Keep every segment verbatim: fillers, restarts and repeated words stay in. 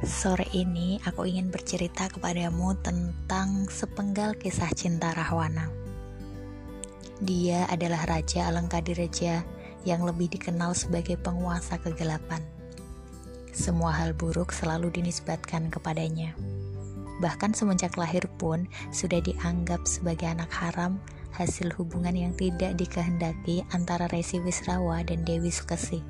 Sore ini aku ingin bercerita kepadamu tentang sepenggal kisah cinta Rahwana. Dia adalah Raja Alengkadireja yang lebih dikenal sebagai penguasa kegelapan. Semua hal buruk selalu dinisbatkan kepadanya. Bahkan semenjak lahir pun sudah dianggap sebagai anak haram, hasil hubungan yang tidak dikehendaki antara Resi Wisrawa dan Dewi Sukesi.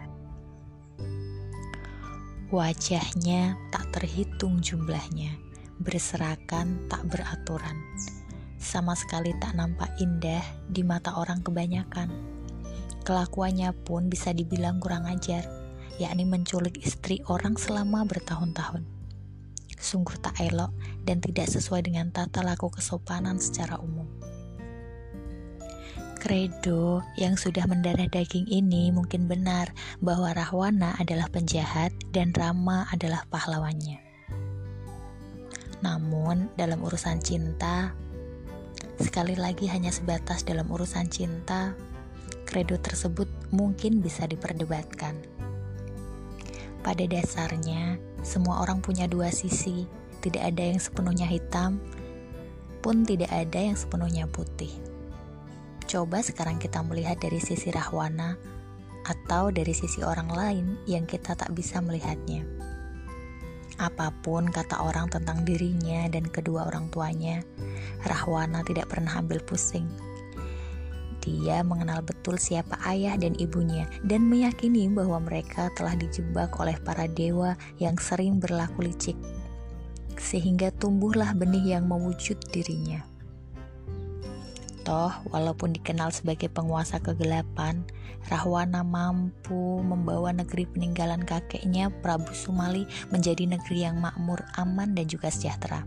Wajahnya tak terhitung jumlahnya, berserakan tak beraturan. Sama sekali tak nampak indah di mata orang kebanyakan. Kelakuannya pun bisa dibilang kurang ajar, yakni menculik istri orang selama bertahun-tahun. Sungguh tak elok dan tidak sesuai dengan tata laku kesopanan secara umum. Kredo yang sudah mendarah daging ini mungkin benar bahwa Rahwana adalah penjahat dan Rama adalah pahlawannya. Namun dalam urusan cinta, sekali lagi hanya sebatas dalam urusan cinta, kredo tersebut mungkin bisa diperdebatkan. Pada dasarnya, semua orang punya dua sisi, tidak ada yang sepenuhnya hitam, pun tidak ada yang sepenuhnya putih. Coba sekarang kita melihat dari sisi Rahwana atau dari sisi orang lain yang kita tak bisa melihatnya. Apapun kata orang tentang dirinya dan kedua orang tuanya, Rahwana tidak pernah ambil pusing. Dia mengenal betul siapa ayah dan ibunya dan meyakini bahwa mereka telah dijebak oleh para dewa yang sering berlaku licik, sehingga tumbuhlah benih yang mewujud dirinya. Toh, walaupun dikenal sebagai penguasa kegelapan, Rahwana mampu membawa negeri peninggalan kakeknya Prabu Sumali menjadi negeri yang makmur, aman, dan juga sejahtera.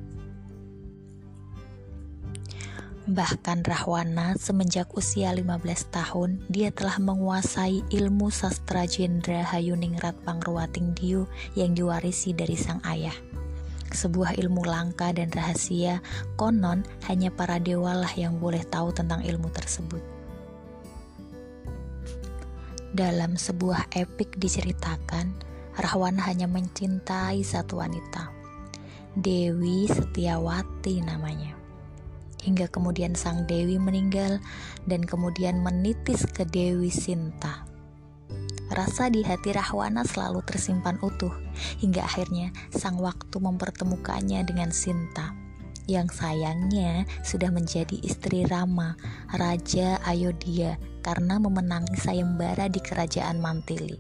Bahkan Rahwana semenjak usia lima belas tahun, dia telah menguasai ilmu sastra Jendra Hayuningrat Pangruwating Diu yang diwarisi dari sang ayah. Sebuah ilmu langka dan rahasia, konon hanya para dewalah yang boleh tahu tentang ilmu tersebut. Dalam sebuah epik diceritakan, Rahwana hanya mencintai satu wanita, Dewi Setiawati namanya. Hingga kemudian sang Dewi meninggal dan kemudian menitis ke Dewi Sinta. Rasa di hati Rahwana selalu tersimpan utuh, hingga akhirnya sang waktu mempertemukannya dengan Sinta, yang sayangnya sudah menjadi istri Rama, Raja Ayodhya, karena memenangi sayembara di kerajaan Mantili.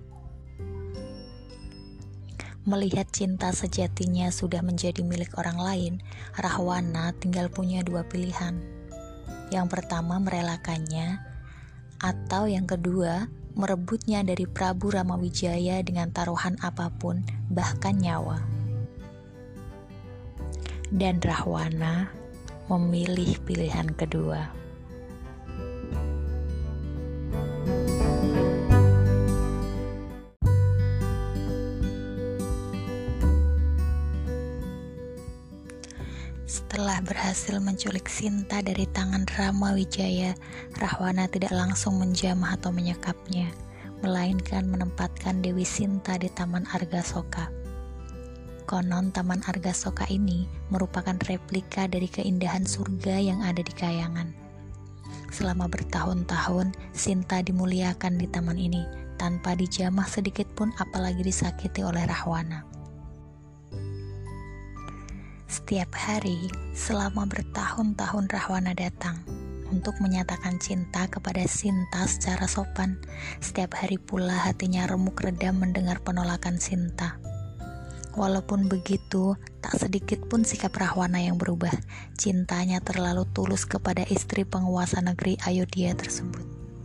Melihat cinta sejatinya sudah menjadi milik orang lain, Rahwana tinggal punya dua pilihan. Yang pertama merelakannya, atau yang kedua merebutnya dari Prabu Ramawijaya dengan taruhan apapun, bahkan nyawa. Dan Rahwana memilih pilihan kedua. Setelah berhasil menculik Sinta dari tangan Ramawijaya, Rahwana tidak langsung menjamah atau menyekapnya, melainkan menempatkan Dewi Sinta di Taman Argasoka. Konon Taman Argasoka ini merupakan replika dari keindahan surga yang ada di Kayangan. Selama bertahun-tahun, Sinta dimuliakan di taman ini, tanpa dijamah sedikit pun apalagi disakiti oleh Rahwana. Setiap hari, selama bertahun-tahun Rahwana datang untuk menyatakan cinta kepada Sinta secara sopan. Setiap hari pula hatinya remuk redam mendengar penolakan Sinta. Walaupun begitu, tak sedikit pun sikap Rahwana yang berubah. Cintanya terlalu tulus kepada istri penguasa negeri Ayodhya tersebut.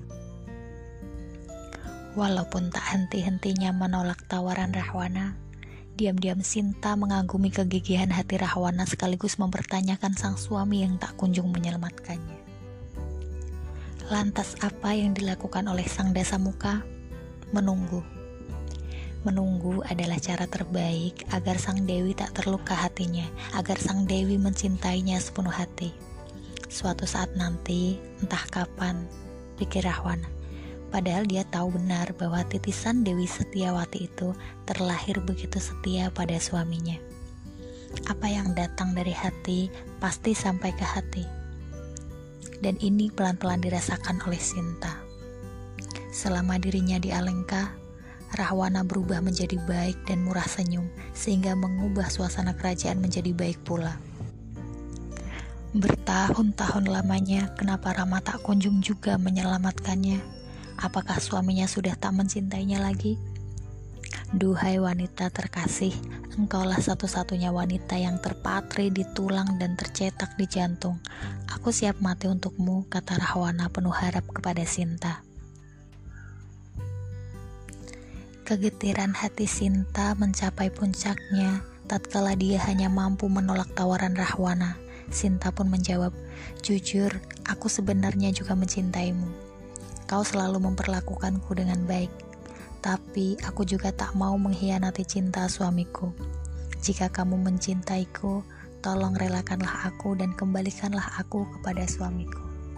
Walaupun tak henti-hentinya menolak tawaran Rahwana, diam-diam Sinta mengagumi kegigihan hati Rahwana sekaligus mempertanyakan sang suami yang tak kunjung menyelamatkannya. Lantas apa yang dilakukan oleh sang Dasamuka? Menunggu. Menunggu adalah cara terbaik agar sang Dewi tak terluka hatinya, agar sang Dewi mencintainya sepenuh hati. Suatu saat nanti, entah kapan, pikir Rahwana, Padahal dia tahu benar bahwa titisan Dewi Setiawati itu terlahir begitu setia pada suaminya. Apa yang datang dari hati pasti sampai ke hati. Dan ini pelan-pelan dirasakan oleh Sinta. Selama dirinya di Alengka, Rahwana berubah menjadi baik dan murah senyum, sehingga mengubah suasana kerajaan menjadi baik pula. Bertahun-tahun lamanya, kenapa Rama tak kunjung juga menyelamatkannya? Apakah suaminya sudah tak mencintainya lagi? Duhai wanita terkasih, engkaulah satu-satunya wanita yang terpatri di tulang dan tercetak di jantung. Aku siap mati untukmu, kata Rahwana penuh harap kepada Sinta. Kegetiran hati Sinta mencapai puncaknya tatkala dia hanya mampu menolak tawaran Rahwana. Sinta pun menjawab, jujur, aku sebenarnya juga mencintaimu. Kau selalu memperlakukanku dengan baik, tapi aku juga tak mau mengkhianati cinta suamiku. Jika kamu mencintaiku, tolong relakanlah aku dan kembalikanlah aku kepada suamiku.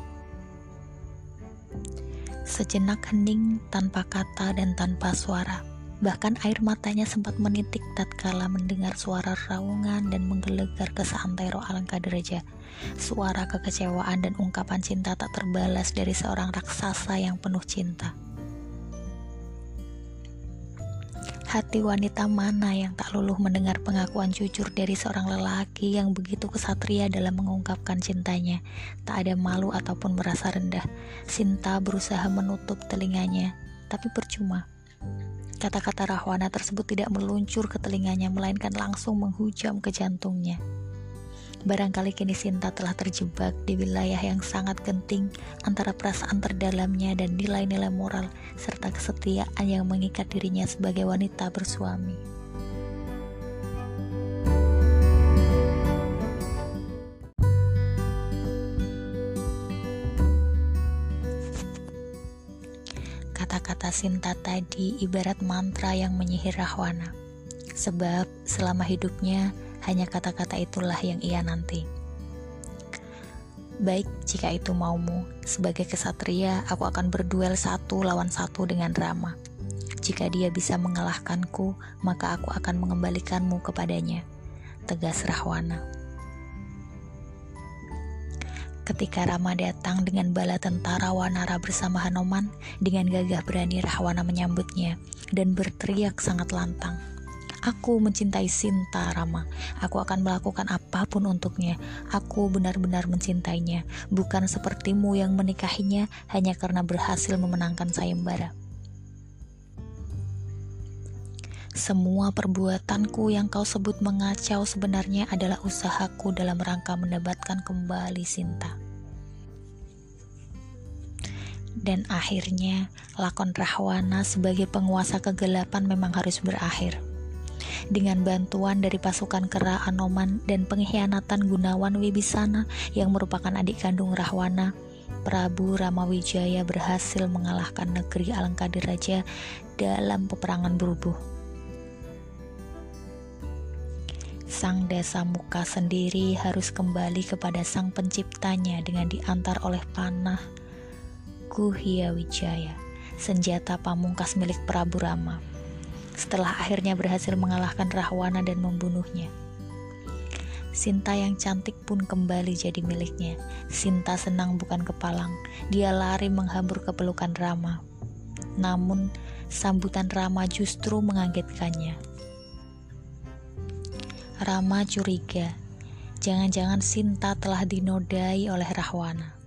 Sejenak hening tanpa kata dan tanpa suara. Bahkan air matanya sempat menitik tatkala mendengar suara raungan dan menggelegar ke seantero Alengkadiraja. Suara kekecewaan dan ungkapan cinta tak terbalas dari seorang raksasa yang penuh cinta. Hati wanita mana yang tak luluh mendengar pengakuan jujur dari seorang lelaki yang begitu kesatria dalam mengungkapkan cintanya. Tak ada malu ataupun merasa rendah. Sinta berusaha menutup telinganya, tapi percuma. Kata-kata Rahwana tersebut tidak meluncur ke telinganya, melainkan langsung menghujam ke jantungnya. Barangkali kini Sinta telah terjebak di wilayah yang sangat genting antara perasaan terdalamnya dan nilai-nilai moral serta kesetiaan yang mengikat dirinya sebagai wanita bersuami. Kata-kata Sinta tadi ibarat mantra yang menyihir Rahwana. Sebab selama hidupnya hanya kata-kata itulah yang ia nanti. Baik, jika itu maumu, sebagai kesatria aku akan berduel satu lawan satu dengan Rama. Jika dia bisa mengalahkanku, maka aku akan mengembalikanmu kepadanya, tegas Rahwana. Ketika Rama datang dengan bala tentara Wanara bersama Hanoman, dengan gagah berani Rahwana menyambutnya dan berteriak sangat lantang. Aku mencintai Sinta, Rama. Aku akan melakukan apapun untuknya. Aku benar-benar mencintainya, bukan sepertimu yang menikahinya hanya karena berhasil memenangkan sayembara. Semua perbuatanku yang kau sebut mengacau sebenarnya adalah usahaku dalam rangka mendapatkan kembali Sinta. Dan akhirnya, lakon Rahwana sebagai penguasa kegelapan memang harus berakhir. Dengan bantuan dari pasukan kera Anoman dan pengkhianatan Gunawan Wibisana yang merupakan adik kandung Rahwana, Prabu Ramawijaya berhasil mengalahkan negeri Alengkadiraja dalam peperangan Brubuh. Sang Dasamuka sendiri harus kembali kepada sang penciptanya dengan diantar oleh panah Guhyawijaya, senjata pamungkas milik Prabu Rama. Setelah akhirnya berhasil mengalahkan Rahwana dan membunuhnya, Sinta yang cantik pun kembali jadi miliknya. Sinta senang bukan kepalang, dia lari menghambur ke pelukan Rama. Namun sambutan Rama justru mengagetkannya. Rama curiga, jangan-jangan Sinta telah dinodai oleh Rahwana.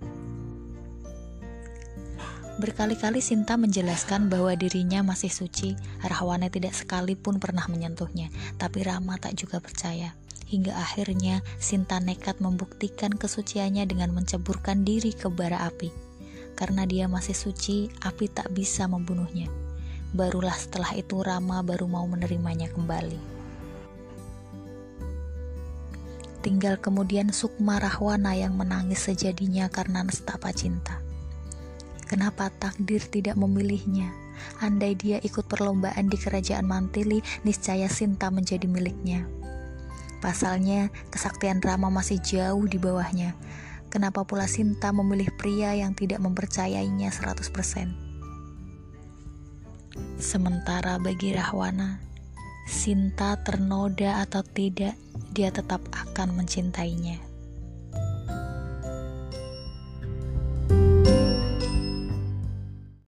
Berkali-kali Sinta menjelaskan bahwa dirinya masih suci, Rahwana tidak sekalipun pernah menyentuhnya, tapi Rama tak juga percaya. Hingga akhirnya Sinta nekat membuktikan kesuciannya dengan menceburkan diri ke bara api. Karena dia masih suci, api tak bisa membunuhnya. Barulah setelah itu Rama baru mau menerimanya kembali. Tinggal kemudian Sukma Rahwana yang menangis sejadinya karena nestapa cinta. Kenapa takdir tidak memilihnya? Andai dia ikut perlombaan di kerajaan Mantili, niscaya Sinta menjadi miliknya. Pasalnya, kesaktian Rama masih jauh di bawahnya. Kenapa pula Sinta memilih pria yang tidak mempercayainya seratus persen? Sementara bagi Rahwana, Sinta ternoda atau tidak, dia tetap akan mencintainya.